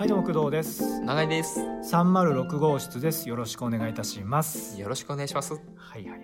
どうも工藤です。 長井です。 306号室です。よろしくお願いいたします。 よろしくお願いします。 はいはいはい。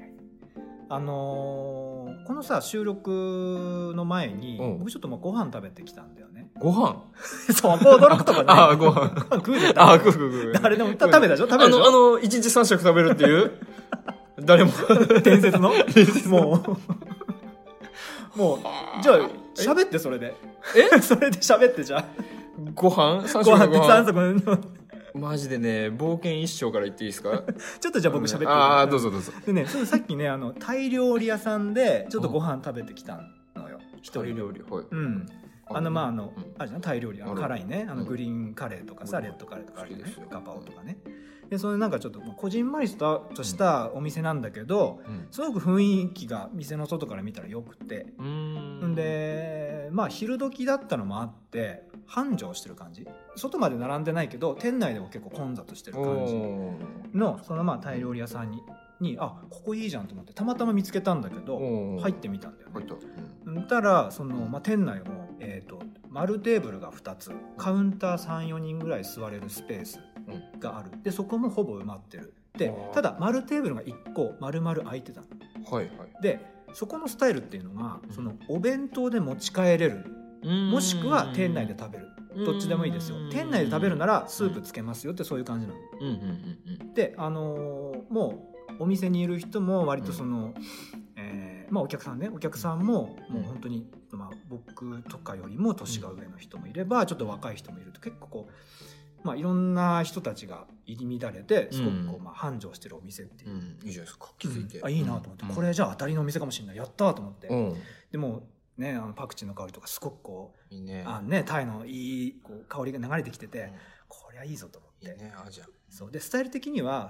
このさ収録の前に、僕ちょっともうご飯食べてきたんだよね。 ご飯そう、驚くとかね。 あ、ご飯食うでた。 食う。 誰でも食べたでしょ。食べるでしょ。 1日3食食べるっていう誰も伝説のもうじゃあ喋ってそれでそれで喋ってじゃあご飯3食ご飯のご飯 3食マジでね冒険一生から言っていいですかちょっとじゃあ僕喋ってああどうぞでねさっきねタイ料理屋さんでちょっとご飯食べてきたのよ一人タイ料理はいあれじゃんタイ料理辛いねグリーンカレーとかさレッドカレーとかあるよねガパオとかねでそれなんかちょっとこじんまりとしたお店なんだけど、すごく雰囲気が店の外から見たらよくてで昼時だったのもあって繁盛してる感じ外まで並んでないけど店内でも結構混雑してる感じのそのタイ料理屋さんにここいいじゃんと思ってたまたま見つけたんだけど入ってみたんだよね。たら店内も丸テーブルが2つカウンター 3,4 人ぐらい座れるスペースがあるでそこもほぼ埋まってるでただ丸テーブルが1個丸々空いてたの、でそこのスタイルっていうのがお弁当で持ち帰れるもしくは店内で食べるどっちでもいいですよ店内で食べるならスープつけますよってそういう感じなのでもうお店にいる人も割とお客さんももう本当に僕とかよりも年が上の人もいればちょっと若い人もいると結構いろんな人たちが入り乱れてすごく繁盛してるお店っていう、 いいじゃないですか気づいて、 いいなと思って、これじゃあ当たりのお店かもしれないやったと思って、でもねパクチーの香りとかすごくいいねタイのいい香りが流れてきてて、こりゃいいぞと思っていいねそうでスタイル的には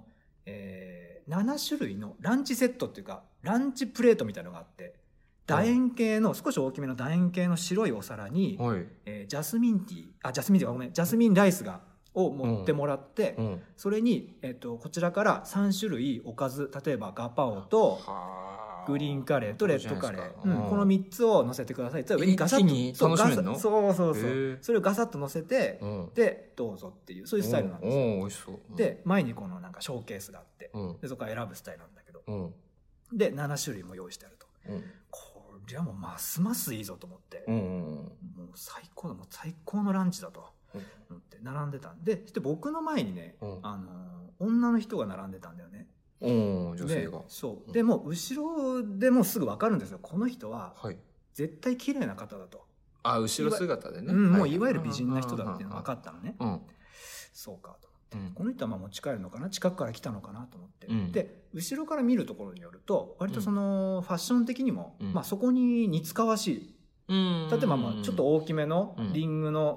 7種類のランチセットっていうかランチプレートみたいなのがあって楕円形の少し大きめの楕円形の白いお皿に、ジャスミンライスを持ってもらって、それに、こちらから3種類おかず例えばガパオとグリーンカレーとレッドカレー、この3つを乗せてくださいって上にガサッと楽しめるのそうそれをガサッと乗せて、でどうぞっていうそういうスタイルなんですよ。 美味しそう、 で前になんかショーケースがあって、でそこから選ぶスタイルなんだけど、で7種類も用意してあると、これはもうますますいいぞと思って、もう最高のランチだと思って並んでたんで僕の前にね、女の人が並んでたんだよね。 女性がそうでも後ろでもうすぐ分かるんですよこの人は絶対綺麗な方だと、 後ろ姿でね、 もういわゆる美人な人だっていうのが分かったのね、そうかと思って、この人は持ち帰るのかな近くから来たのかなと思って、で後ろから見るところによると割とファッション的にも、そこに似つかわしい、例えばちょっと大きめのリングの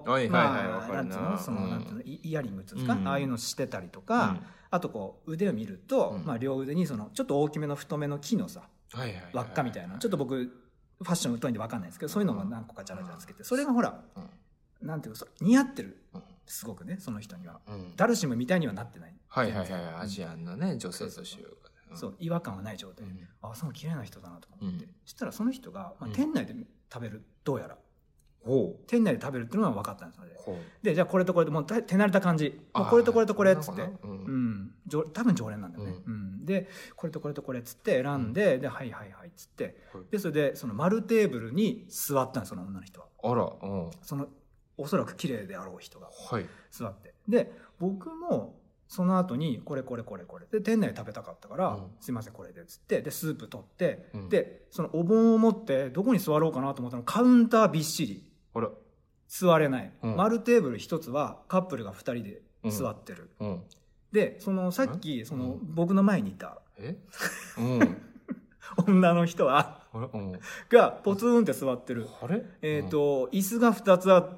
イヤリングっていうんですか、ああいうのしてたりとか、あと腕を見ると、両腕にちょっと大きめの太めの木のさ輪っかみたいな、ちょっと僕ファッション疎いんで分かんないんですけどそういうのが何個かチャラチャラつけて、それがほら、なんていうか似合ってる、すごくねその人には、ダルシムみたいにはなってない、 アジアンのね女性としようか、 そう違和感はない状態で、その綺麗な人だなと思って、そしたらその人が、店内で食べるどうやら店内で食べるっていうのは分かったんですので、じゃあこれとこれでもう手慣れた感じ、これとこれとこれっつって、多分常連なんだよね、でこれとこれとこれっつって選んで、ではいはいはいっつって、でそれでその丸テーブルに座ったんですその女の人は。そのおそらく綺麗であろう人が座って、で僕もその後にこれで店内で食べたかったから、すいませんこれでっつってでスープ取って、でそのお盆を持ってどこに座ろうかなと思ったのカウンターびっしり座れない、丸テーブル一つはカップルが2人で座ってる、でさっき僕の前にいた女の人がポツンって座ってる、椅子が2つあって、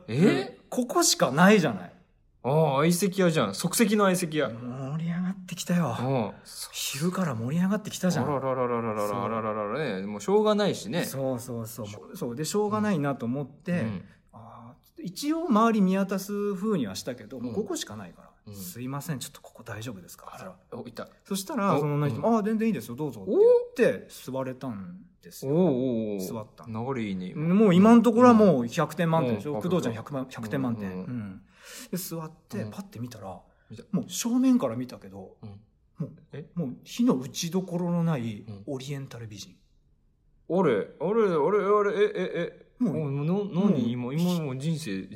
ここしかないじゃない。 相席屋じゃん、即席の相席屋。 盛り上がってきたよ。昼から盛り上がってきたじゃん。 もうしょうがないしね。 そうでしょうがないなと思って、一応周り見渡す風にはしたけど、もうここしかないから、すいませんちょっとここ大丈夫ですか。そしたらその女の人も全然いいですよどうぞって言って座れたんですよ。座った。 流れいいね。 もう今のところはもう100点満点でしょ。工藤ちゃん100点満点。 で座ってパッて見たら、 見たもう正面から見たけど、もう火の打ちどころのないオリエンタル美人。 もう何今もう人生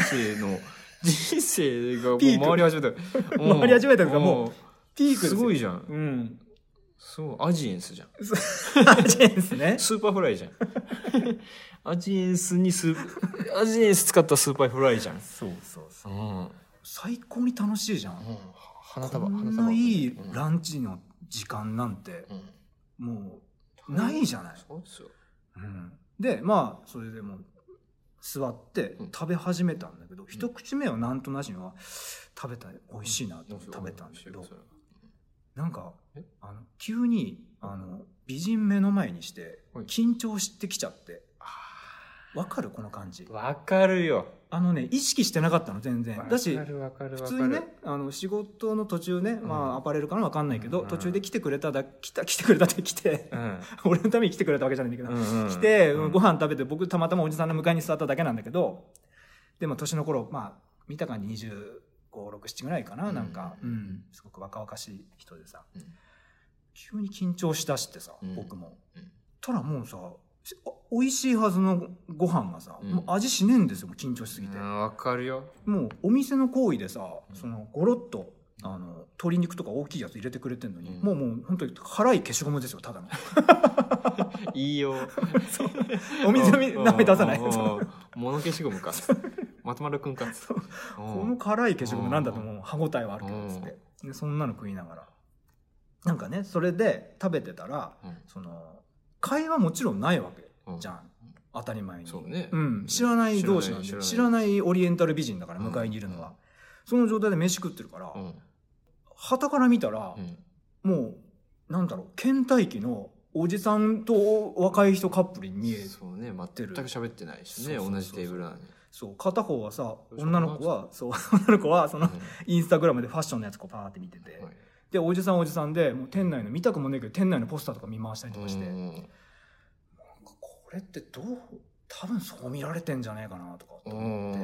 がもう回り始めた。 回り始めたからもうピークですよ。 すごいじゃん。そうアジエンスじゃん。 アジエンスね。 スーパーフライじゃん。アジエンス使ったスーパーフライじゃん。 そう。最高に楽しいじゃん。 花束。 こんないいランチの時間なんてもうないじゃない。 そうですよ。 でまあそれでもう座って食べ始めたんだけど、一口目はなんとなしには食べた美味しいなと食べたんだけど、なんか急に美人目の前にして緊張してきちゃって。わかるこの感じ。 わかるよ。 意識してなかったの全然。だし普通にね仕事の途中ね、アパレルかなわかんないけど、途中で来てくれたって来て、俺のために来てくれたわけじゃないんだけど、来てご飯食べて、僕たまたまおじさんの迎えに座っただけなんだけど、でも年の頃見た感じ25、6、7ぐらいかな、なんかすごく若々しい人でさ、急に緊張しだしてさ、僕もたらもうさ、美味しいはずのご飯がさ、もう味しねえんですよ、緊張しすぎて。 わかるよ。 もうお店の行為でさ、ゴロッと鶏肉とか大きいやつ入れてくれてんのに、もう本当に辛い消しゴムですよ、ただの。 いいよ。 お店の名前出さない。 物消しゴムか。松丸くんか。 この辛い消しゴムなんだと思う、歯応えはあるけどつって。でそんなの食いながらなんかね、それで食べてたら、会話もちろんないわけじゃん、当たり前に。 そうね。 知らない同士なんで、知らないオリエンタル美人だから迎えにいるのは、その状態で飯食ってるから、傍から見たら、もうなんだろう、倦怠期のおじさんと若い人カップルに見えてる。 そうね、全く喋ってないしね、同じテーブルなのに。 そう片方はさ、女の子はそのインスタグラムでファッションのやつこうパーって見てて、でおじさんでもう店内の見たくもねえけど店内のポスターとか見回したりとかして、これって多分そう見られてんじゃねえかなとか思って、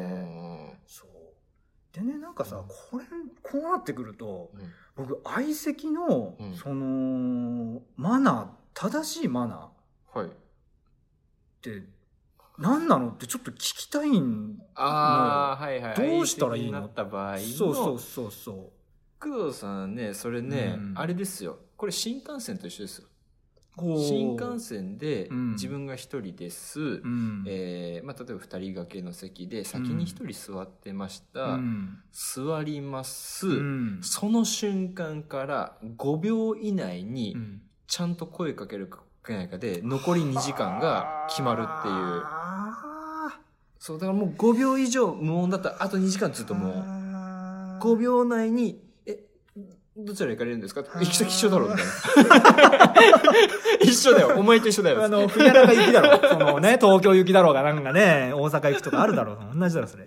そうでね、なんかさ、こうなってくると、僕相席のそのマナー、正しいマナーって何なのってちょっと聞きたいんの。どうしたらいいの？そう工藤さんね、それね、あれですよ、これ新幹線と一緒ですよ。新幹線で自分が一人です、例えば2人掛けの席で先に一人座ってました、座ります、その瞬間から5秒以内にちゃんと声かけるかけないかで残り2時間が決まるっていう。そうだからもう5秒以上無音だったらあと2時間ずっともう5秒内にどちらへ行かれるんですか？行き先一緒だろみたいな。一緒だよ。お前と一緒だよ。 冬中行きだろ。そのね、東京行きだろうがなんかね、大阪行きとかあるだろう。同じだろ、それ。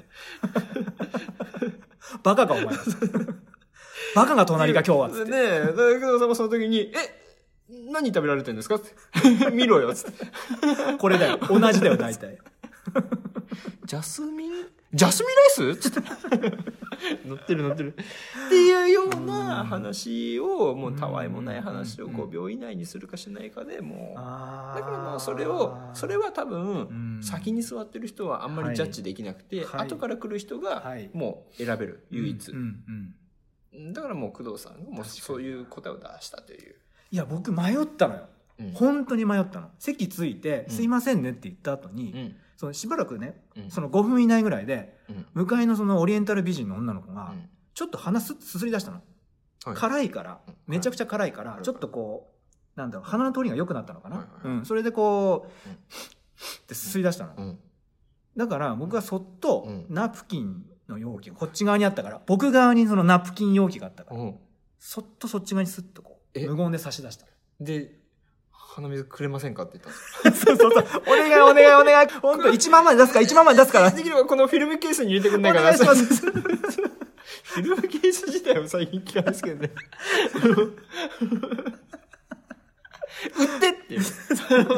バカか、お前。バカが隣が今日は。つって。 ねえ、工藤さんもその時に、何食べられてるんですか？見ろよ、つって。 これだよ。同じだよ、大体。 ジャスミンライスつって乗ってるっていうような話を、もうたわいもない話を5秒以内にするかしないかでもう、だからもうそれは多分先に座ってる人はあんまりジャッジできなくて、後から来る人がもう選べる唯一、だからもう工藤さんがもうそういう答えを出したという。 いや僕迷ったのよ、本当に迷ったの。席ついてすいませんねって言った後に、そのしばらくね、その5分以内ぐらいで、向かいのそのオリエンタル美人の女の子がちょっと鼻すすり出したの、辛いから、めちゃくちゃ辛いから、ちょっとこうなんだろう、鼻の通りが良くなったのかな、それでこうってすすり出したの、だから僕はそっとナプキンの容器がこっち側にあったから、僕側にそのナプキン容器があったから、そっとそっち側にスッとこう無言で差し出した。 で鼻水くれませんかって言ったんですか？ そうお願い本当1万まで出すからできればこのフィルムケースに入れてくんないかな。お願いします。フィルムケース自体は最近聞かないですけどね。 ってっていう。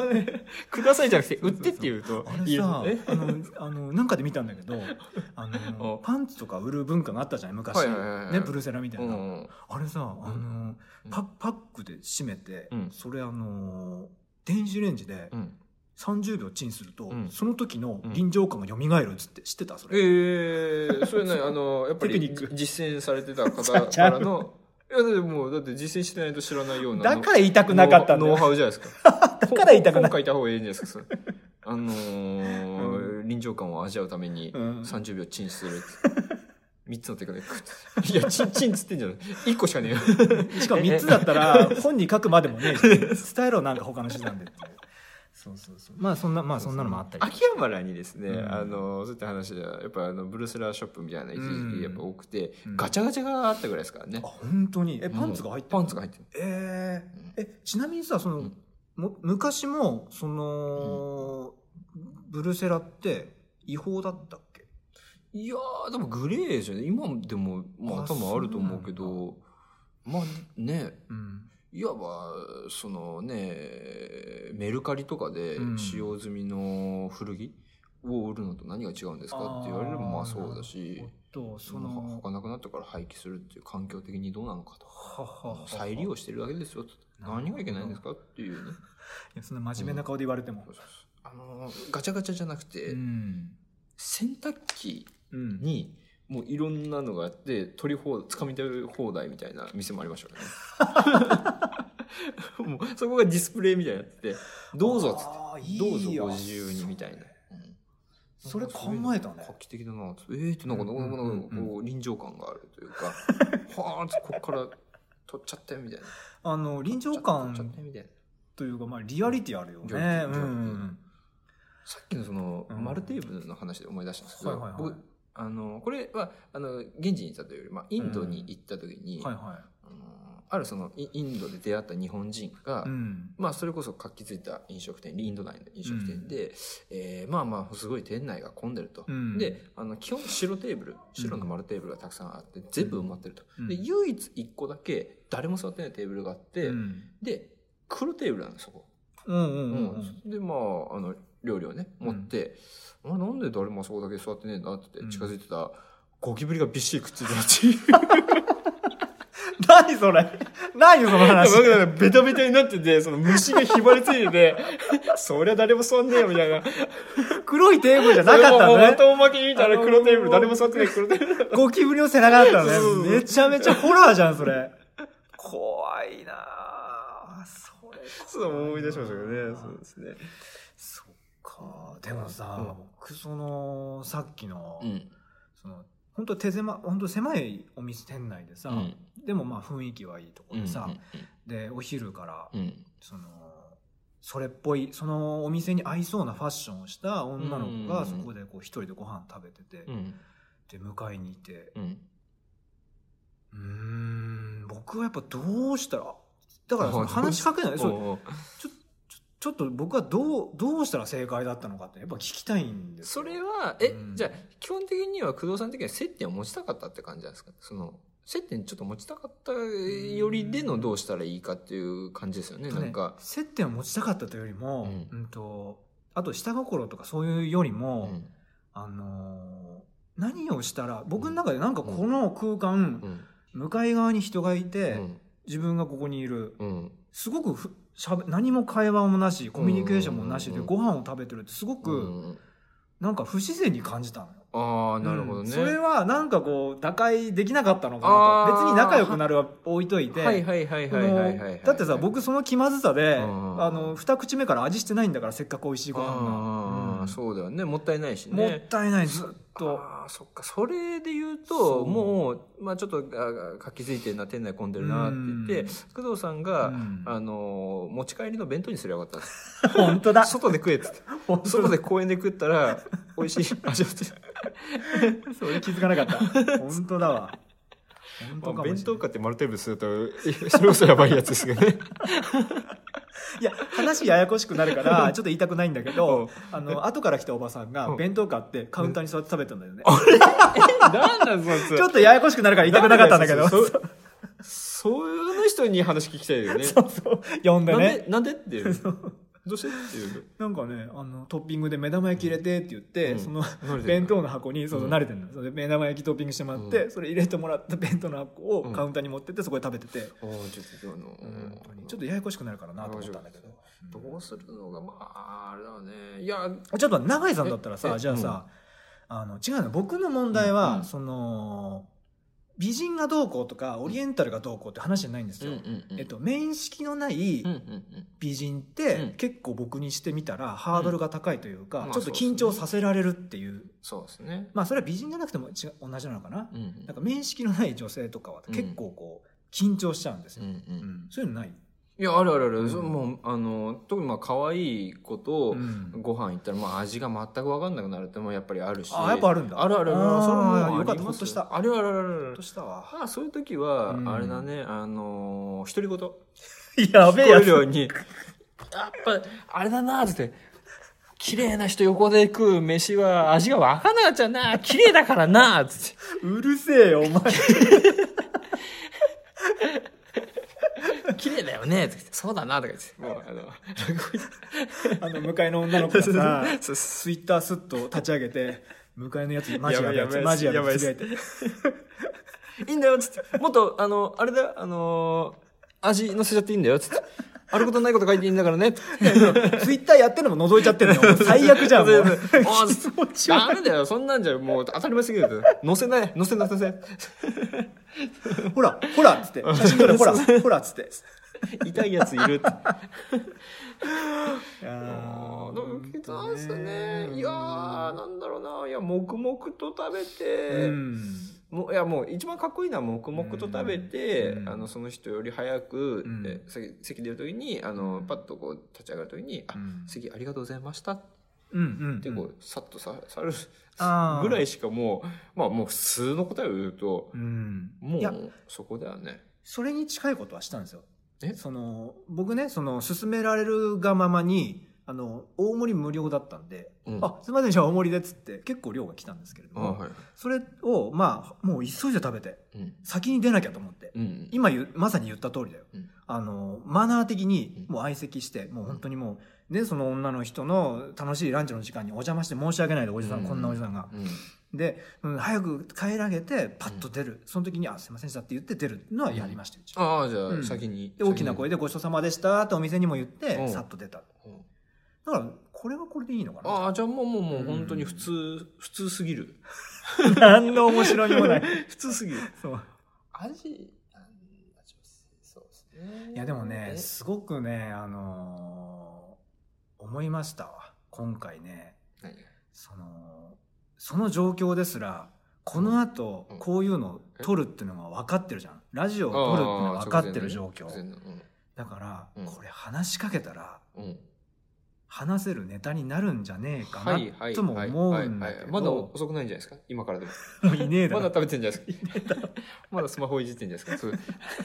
ね、くださいじゃなくて、売ってって言うと。 あれさ、なんかで見たんだけど、パンツとか売る文化があったじゃない昔。ね、ブルセラみたいな。あれさ、パックで締めて、それ電子レンジで、30秒チンすると、その時の臨場感が蘇るっつって知ってたそれ。 それね、やっぱり実践されてた方からの、いやだって実践してないと知らないような。 だから言いたくなかったんだよ。 ノウハウじゃないですか。 だから言いたくな書いた方がいいんじゃないですか。臨場感を味わうために30秒チンする。3つの手からいや、チンつってんじゃない ?1 個しかねえよ。 しかも3つだったら、本に書くまでもね、伝えろなんか他の手段でっていう。そうまあそんなのもあったり。 秋葉原にですね、そういった話ではやっぱブルセラショップみたいな一時やっぱ多くて、ガチャガチャがあったぐらいですからね。 あ、本当に。パンツが入ってる。 パンツが入ってる。 ちなみにさ、昔もブルセラって違法だったっけ？ いやーでもグレーですよね。今でもまあ多分あると思うけど、まあね。いわばメルカリとかで使用済みの古着を売るのと何が違うんですかって言われればまあそうだし、履かなくなったから廃棄するっていう環境的にどうなのかと、再利用してるだけですよと、何がいけないんですかっていうね。 いやそんな真面目な顔で言われても、 ガチャガチャじゃなくて、洗濯機にもういろんなのがあってつかみ取り放題みたいな店もありましたからね。もうそこがディスプレイみたいになってて、どうぞっつってどうぞご自由にみたいな。 それ考えたね。 画期的だなって、なんか臨場感があるというか、はーこっから取っちゃってみたいな。 臨場感というかまあリアリティあるよね。 さっきの丸テーブルの話で思い出したんですけど、僕これは現地に行ったというより、まあ、インドに行った時に、あるインドで出会った日本人が、まあそれこそ活気づいた飲食店、インド内の飲食店で、まあすごい店内が混んでると。で、基本白の丸テーブルがたくさんあって、全部埋まってると。で、唯一1個だけ誰も座ってないテーブルがあって、で、黒テーブルなんです、そこ。で、まあ、料理をね、持って、なんで誰もそこだけ座ってねえんだって近づいてた、ゴキブリがびっしりくっついてたっていう。 何それ何その話。 ベタベタになってて、虫がひばりついてて、そりゃ誰も座んねえよみたいな。 黒いテーブルじゃなかったのね。 まとおまけに見たら黒テーブル、誰も座ってない黒テーブル。 ゴキブリの背中だったのね。めちゃめちゃホラーじゃん、それ。怖いなぁ。 そう思い出しましたけどね。そうですね。 そっか。でもさ、僕さっきの、本当狭いお店店内でさ、でもまあ雰囲気はいいところでさ、でお昼からそれっぽいそのお店に合いそうなファッションをした女の子がそこでこう一人でご飯食べてて、で迎えにいて、僕はやっぱどうしたら、だから話しかけない、ちょっと僕はどうしたら正解だったのかってやっぱ聞きたいんですよ。 それはじゃあ基本的には工藤さん的には接点を持ちたかったって感じなんですか？接点ちょっと持ちたかったよりでのどうしたらいいかっていう感じですよね。なんか接点を持ちたかったというよりも、あと下心とかそういうよりも、何をしたら僕の中でなんかこの空間、向かい側に人がいて、自分がここにいる、すごく何も会話もなしコミュニケーションもなしでご飯を食べてるってすごくなんか不自然に感じたのよ。 なるほどね。 それはなんかこう打開できなかったのかなと。別に仲良くなるは置いといて、だってさ僕その気まずさで二口目から味してないんだから、せっかく美味しいご飯が。 そうだよね、もったいないしね。 もったいない、ずっと。 そっか、それで言うともうまあちょっと活気づいてるな、店内混んでるなって言って工藤さんが持ち帰りの弁当にすればよかった本当だ。 外で食えっつって、外で公園で食ったら美味しい味わってそれ気づかなかった。本当だわ。 弁当買って丸テーブルするとそれこそやばいやつですよね。 いや話ややこしくなるからちょっと言いたくないんだけど、後から来たおばさんが弁当買ってカウンターに座って食べたんだよね。 なんだそいつ。 ちょっとややこしくなるから言いたくなかったんだけど。 そういう人に話聞きたいよね。 そうそう呼んでね。 なんでっていうどうしてっていうなんかねトッピングで目玉焼き入れてって言って、その弁当の箱に慣れてるの、それで目玉焼きトッピングしてもらって、それ入れてもらった弁当の箱をカウンターに持ってってそこで食べてて、ちょっとややこしくなるからなと思ったんだけど、 どうするのがあれだね。いやちょっと永井さんだったらさ、じゃあさ、違うの、僕の問題は、その美人がどうこうとかオリエンタルがどうこうって話じゃないんですよ。面識のない美人って結構僕にしてみたらハードルが高いというか、ちょっと緊張させられるっていう。 そうですね。 まあそれは美人じゃなくても同じなのかな。なんか面識のない女性とかは結構こう緊張しちゃうんですよ。そういうのない？ いや、あるあるある。もう、特に可愛い子とご飯行ったら、味が全く分かんなくなるってもやっぱりあるし。 やっぱあるんだ。 あるある。それもよかった、ほっとした。 あるあるあるある。 ほっとしたわ。 そういう時は、あれだね、独り言。 やべえやつ。 ように、やっぱ、あれだなーって。綺麗な人横で食う飯は味が分かんなかったな。綺麗だからなーって。 うるせえよ、お前。 綺麗だよねってそうだなとか言って、もう向かいの女の子がさツイッタースッと立ち上げて向かいのやつマジやばいマジやばいつぶやいていいんだよっつってもっとあれだ味乗せちゃっていいんだよっつってあることないこと書いていいんだからね。ツイッターやってるのも覗いちゃってるの最悪じゃん。もうダメだよ。そんなんじゃもう当たり前すぎる。載せ。 ほらっつって写真撮るほらっつって。 痛いやついるって。 いや受けたんすね。いやなんだろうな。いや黙々と食べて。いやもう一番かっこいいのは黙々と食べて、その人より早く、席出るときにパッとこう立ち上がるときに席ありがとうございましたってこうさっとさるぐらいしかもうもう普通の答えを言うと、もうそこだよね。 それに近いことはしたんですよ。僕ね勧められるがままに大盛り無料だったんで、すみませんじゃあ大盛りでっつって結構量が来たんですけれども、それをもう急いで食べて、先に出なきゃと思って、今まさに言った通りだよ、マナー的にもう相席して、もう本当にもうねその女の人の楽しいランチの時間にお邪魔して申し訳ないでおじさん、こんなおじさんが、で、早く帰らげてパッと出る、その時にすいませんでしたって言って出るのはやりました。 じゃあ先にで大きな声でごちそうさまでしたってお店にも言ってさっと出た。だからこれはこれでいいのかな。 じゃあもう本当に普通すぎる。 何の面白みもない。 普通すぎる。 そう味そうですね。 いやでもねすごくね思いましたわ今回ね。その状況ですらこの後こういうのを撮るっていうのが分かってるじゃん。ラジオを撮るっていうのが分かってる状況だから、これ話しかけたら話せるネタになるんじゃねえかなとも思うんだけど、 まだ遅くないんじゃないですか今からでも。 もういねえだろ。 まだ食べてんじゃないですか。まだスマホいじってんじゃないですか。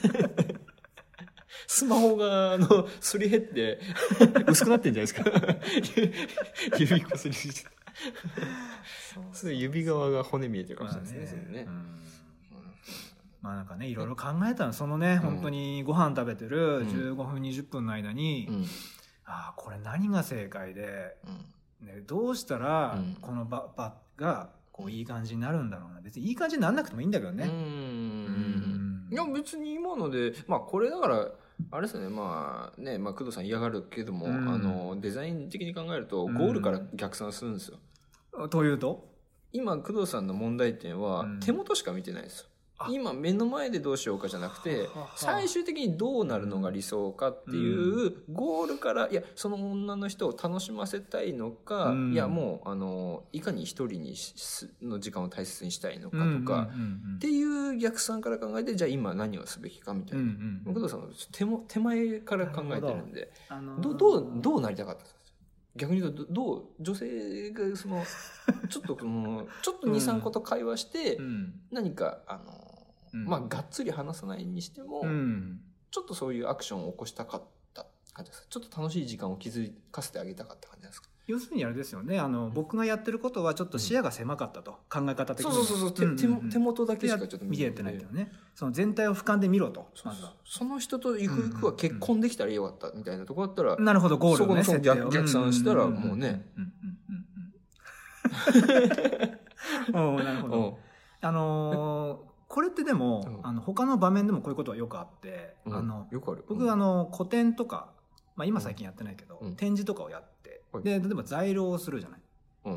スマホがすり減って薄くなってんじゃないですか。指こすりしてそれ指側が骨見えてるかもしれないですね。 まあなんかねいろいろ考えたの。そのね本当にご飯食べてる15分20分の間に、これ何が正解で、どうしたらこの場がこういい感じになるんだろうな。別にいい感じにならなくてもいいんだけどね。 いや別に今のでこれだからあれですね工藤さん嫌がるけども、デザイン的に考えるとゴールから逆算するんですよ。 というと今工藤さんの問題点は手元しか見てないですよ。今目の前でどうしようかじゃなくて最終的にどうなるのが理想かっていうゴールから、いやその女の人を楽しませたいのか、いやもういかに一人の時間を大切にしたいのかとかっていう逆算から考えて、じゃあ今何をすべきかみたいな、工藤さんは手前から考えてるんで、どうなりたかったんですか。逆に言うと女性がちょっと23個と会話して何かがっつり話さないにしても、ちょっとそういうアクションを起こしたかったっちょっと楽しい時間を築かせてあげたかった感じですか？ 要するにあれですよね、僕がやってることはちょっと視野が狭かったと、考え方的に。 そう手元だけしかちょっと見れてないけどね、その全体を俯瞰で見ろと。 その人とゆくゆくは結婚できたらよかったみたいなところだったら、 なるほど、ゴールをね、 そこの逆算したらもうね、 なるほど。これってでも、他の場面でもこういうことはよくあって、 よくある。 僕個展とか、今最近やってないけど、展示とかをやって、で例えば在廊をするじゃない、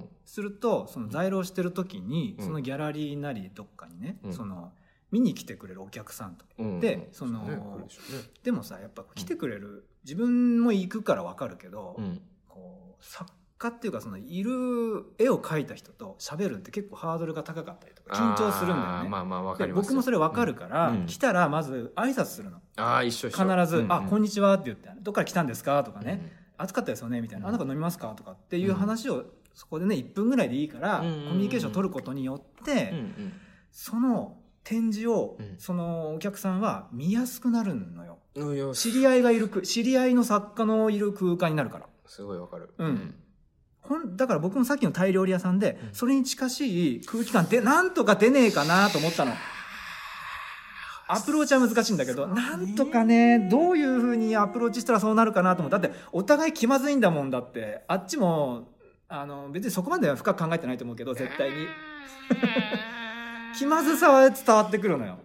するとその在廊してる時に、そのギャラリーなりどっかにね、その見に来てくれるお客さんと、でその、でもさやっぱ来てくれる、自分も行くから分かるけど、こう作家っていうかそのいる絵を描いた人と喋るって結構ハードルが高かったりとか緊張するんだよね。 分かります。 僕もそれ分かるから、来たらまず挨拶するの。 一緒必ず「こんにちは」って言って「どっから来たんですか?」とかね、暑かったですよねみたいな、なんか飲みますかとかっていう話をそこでね1分ぐらいでいいからコミュニケーションを取ることによってその展示をそのお客さんは見やすくなるのよ。知り合いの作家のいる空間になるから。 すごいわかる。 だから僕もさっきのタイ料理屋さんでそれに近しい空気感でなんとか出ねえかなと思ったの。アプローチは難しいんだけど、なんとかね、どういう風にアプローチしたらそうなるかなと思って。だってお互い気まずいんだもん。だってあっちも別にそこまでは深く考えてないと思うけど、絶対に気まずさは伝わってくるのよ。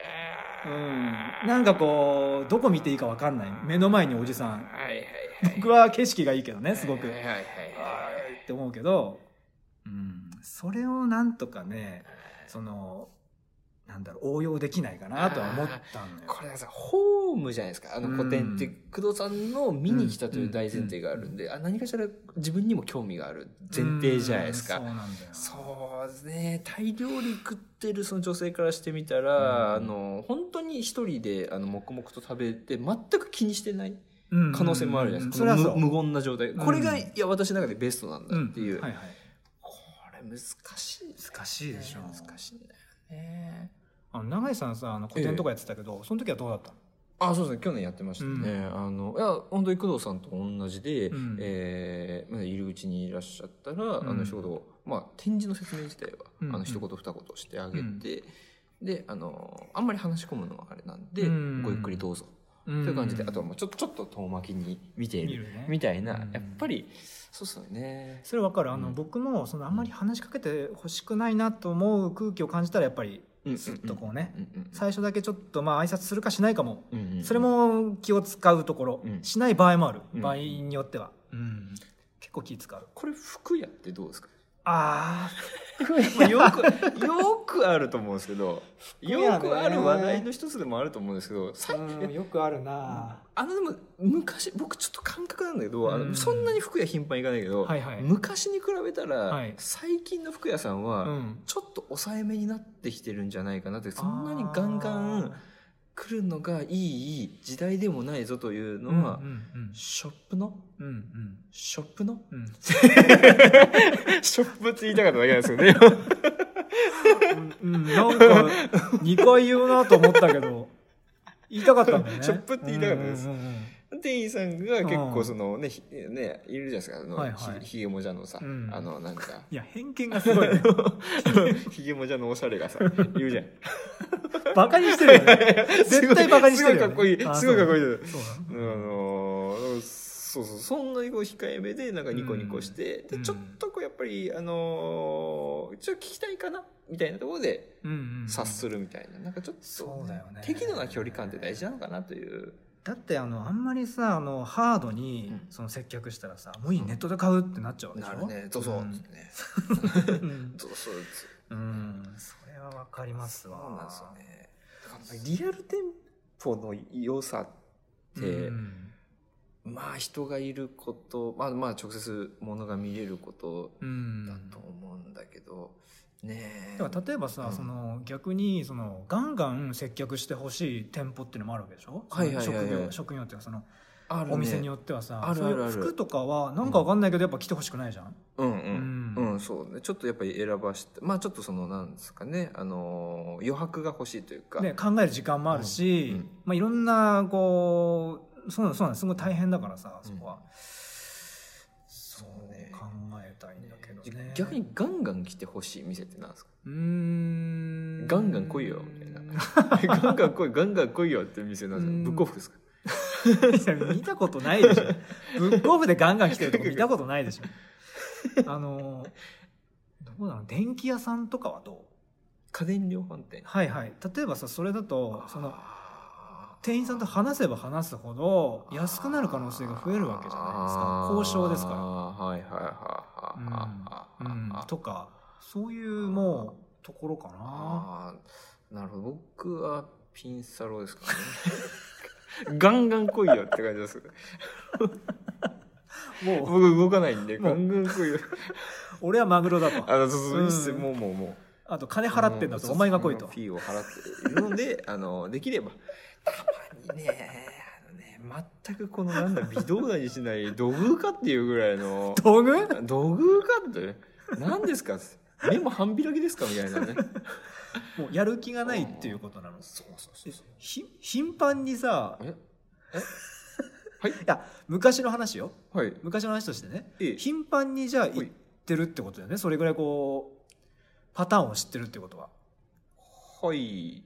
なんかこうどこ見ていいか分かんない、目の前におじさん、僕は景色がいいけどね、すごくって思うけど、それをなんとかね、その応用できないかなとは思ったのよ。 これはさ、ホームじゃないですか。個展って工藤さんの見に来たという大前提があるんで、何かしら自分にも興味がある前提じゃないですか。 そうなんだよ。 そうですね。タイ料理食ってるその女性からしてみたら、本当に一人で黙々と食べて全く気にしてない可能性もあるじゃないですか。無言な状態。これが私の中でベストなんだっていう。これ難しい。 難しいでしょ。 難しいんだよね。 永井さんさ個展とかやってたけど、その時はどうだったの？ そうですね、去年やってましたね。いや本当に工藤さんと同じで、入り口にいらっしゃったら、一言展示の説明自体は一言二言してあげて、であんまり話し込むのはあれなんで、ごゆっくりどうぞという感じで、あとはもうちょっと遠巻きに見ているみたいな、やっぱりそうですよね。 それ分かる。僕もあんまり話しかけてほしくないなと思う空気を感じたらやっぱりスッとこうね、最初だけちょっと挨拶するかしないかも、それも気を使うところ、しない場合もある、場合によっては、結構気使う。 これ服屋ってどうですか？ よくあると思うんですけど、よくある話題の一つでもあると思うんですけど、 よくあるな。 でも昔、僕ちょっと感覚なんだけど、そんなに服屋頻繁に行かないけど、昔に比べたら、最近の服屋さんはちょっと抑えめになってきてるんじゃないかなって。そんなにガンガン来るのがいい時代でもないぞというのは、ショップのショップって言いたかっただけなんですよね。 なんか2回言うなと思ったけど言いたかったんだね。 ショップって言いたかったです。店員さんが結構そのね、いるじゃないですか、ひげもじゃのさ、なんかいや偏見がすごいね。 ひげもじゃのおしゃれがさ、いるじゃん。 バカにしてるよね。絶対バカにしてるよね。 すごいかっこいい。すごいかっこいい。そうそんなに控えめでなんかニコニコして、でちょっとやっぱりちょっと聞きたいかなみたいなところで察するみたいな、なんかちょっと適度な距離感って大事なのかなという。 だってあんまりさハードにその接客したらさ、もういいネットで買うってなっちゃうでしょ。 なるね。そうそうね。 それはわかりますわ。 そうなんですよね。リアル店舗の良さって人がいること、直接物が見れることだと思うんだけどね。 だから例えばさ、逆にガンガン接客してほしい店舗っていうのもあるわけでしょ。職業っていうかお店によってはさ、服とかはなんかわかんないけどやっぱ着てほしくないじゃん。そうね。ちょっとやっぱり選ばして、ちょっとなんですかね、余白が欲しいというか、 考える時間もあるし、いろんなこうそうなんです、すごい大変だからさ、そこは、そうね、考えたいんだけどね。 逆にガンガン来てほしい店ってなんですか？ガンガン来いよみたいなガンガン来いよって店なんですか？ブックオフですか？ いや見たことないでしょ。ブックオフでガンガン来てるとこ見たことないでしょ。どうだろう、電気屋さんとかはどう？ 家電量販店。 はいはい。例えばさ、それだと店員さんと話せば話すほど安くなる可能性が増えるわけじゃないですか。交渉ですから。 はいはいはいはい。とかそういうもうところかな。 なるほど。僕はピンサロですかね。ガンガン来いよって感じです。もう僕動かないんでガンガン来いよ。 俺はマグロだと。 もう。 あと金払ってんだと、お前が来いと。 フィーを払っているのでできればたまにね全くこの微動だにしない土偶かっていうぐらいの土偶かって何ですか、目も半開きですかみたいなね。 もうやる気がないっていうことなの。 そう頻繁にさ、 はい、 いや昔の話よ、 はい、 昔の話としてね、頻繁にじゃあ行ってるってことだよね。それぐらいこうパターンを知ってるってことは。 はい。い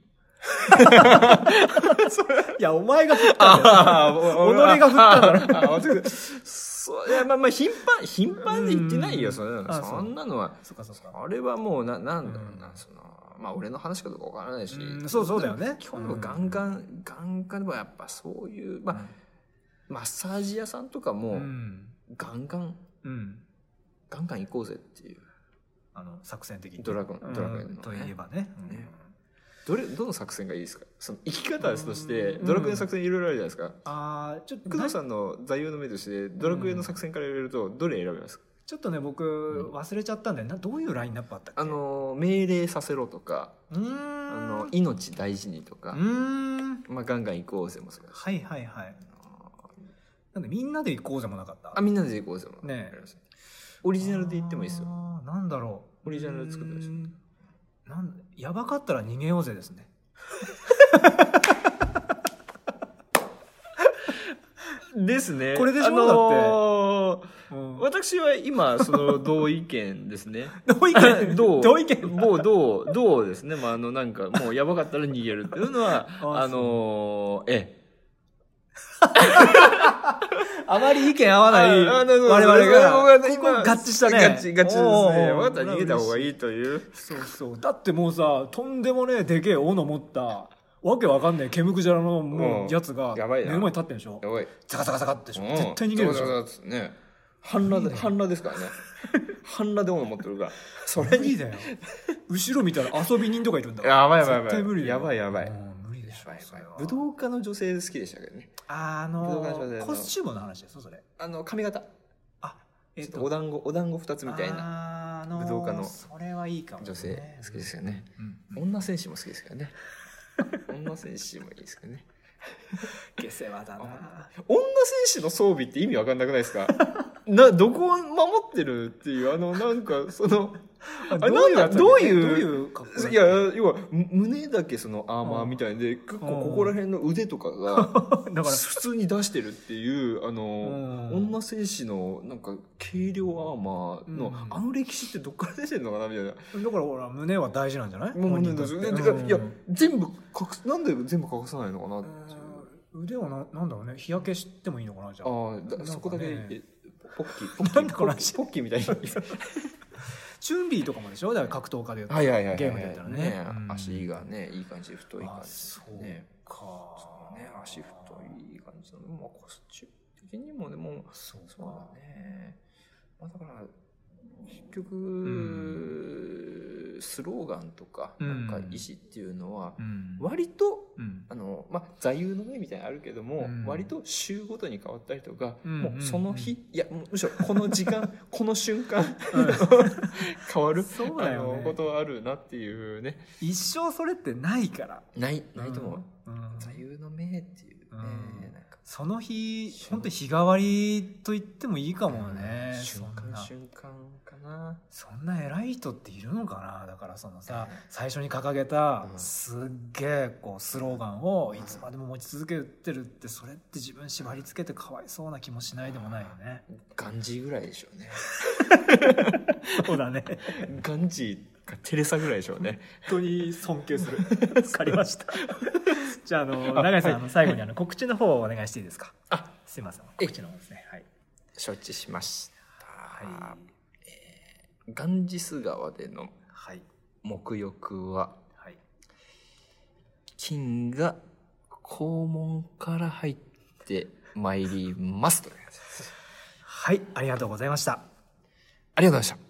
やお前が振ったんだよ。己が振ったんだろ。 いやまあ頻繁に言ってないよ。そんなのは。あれはもうなんだろうな、まあ俺の話かどうかわからないし。 そうだよね。 基本はガンガンでもやっぱそういうマッサージ屋さんとかもガンガン行こうぜっていう。 作戦的にドラゴンといえばね。 どの作戦がいいですか？その生き方としてドラクエの作戦いろいろあるじゃないですか。ちょっと工藤さんの座右の銘としてドラクエの作戦から入れるとどれ選びますか？ ちょっとね僕忘れちゃったんでどういうラインナップあったっけ？ 命令させろとか命大事にとかまあガンガン行こうぜもそうだし。 はいはいはい。なんでみんなで行こうぜもなかった？ みんなで行こうぜもね。 オリジナルで言ってもいいですよ。 なんだろう。オリジナルで作ったりして。 やばかったら逃げようぜですね。 ですね。 これでしょ、だって。 私は今その同意見ですね。 同意見どうですね。まあなんかもうやばかったら逃げるっていうのはあまり意見合わない我々がここ合致したね。 合致ですね。分かったら逃げた方がいいという。 そうだってもうさ、とんでもねえでけえ斧持ったわけわかんねえケムクジャラのもうやつが目の前に立ってんでしょ。 やばい。 ザカザカザカってでしょ。絶対逃げるでしょ。 半裸ですからね。半裸で斧持ってるから。 それにだよ。後ろ見たら遊び人とかいるんだ。 やばい。 絶対無理だよ。 やばい。 無理でしょ。 武道家の女性好きでしたけどね。 コスチュームの話ですよそれ。 髪型。お団子2つみたいな武道家のそれはいいかも。 女性好きですよね。女戦士も好きですけどね。女戦士もいいですけどね。 下世話だな。 女戦士の装備って意味わかんなくないですか？どこを守ってるっていうなんかそのどういういや要は胸だけそのアーマーみたいで結構ここら辺の腕とかが普通に出してるっていう女戦士のなんか軽量アーマーの歴史ってどっから出てんのかなみたいな。だからほら胸は大事なんじゃない？ 胸ですよね。いや全部なんで全部隠さないのかなって。 腕はなんだろうね、日焼けしてもいいのかな。じゃあそこだけポッキーみたいな。 チュンリーとかもでしょ。だから格闘家でゲームでやったらね。 足がねいい感じで太い感じ。 そうか。 足太い感じのコスチューム的にもでもそうだね。だから結局スローガンとかなんか意思っていうのは割と座右の銘みたいなのあるけども割と週ごとに変わったりとかもうその日いやむしろこの時間この瞬間変わることはあるなっていうね。 一生それってないから。 ないと思う。座右の銘っていうね。 その日本当に日替わりと言ってもいいかもね、 瞬間かな。 そんな偉い人っているのかな。だからそのさ、最初に掲げたすっげえこうスローガンをいつまでも持ち続けてるって、それって自分縛り付けてかわいそうな気もしないでもないよね。 ガンジーぐらいでしょうね。 そうだね。 ガンジーかテレサぐらいでしょうね。 本当に尊敬する。わかりました。じゃあ永井さん、最後に告知の方をお願いしていいですか。すいません、告知の方ですね。はい、 承知しました。 はい、 ガンジス川での沐浴は、金が肛門から入ってまいりますという感じです。 はい、ありがとうございました。 ありがとうございました。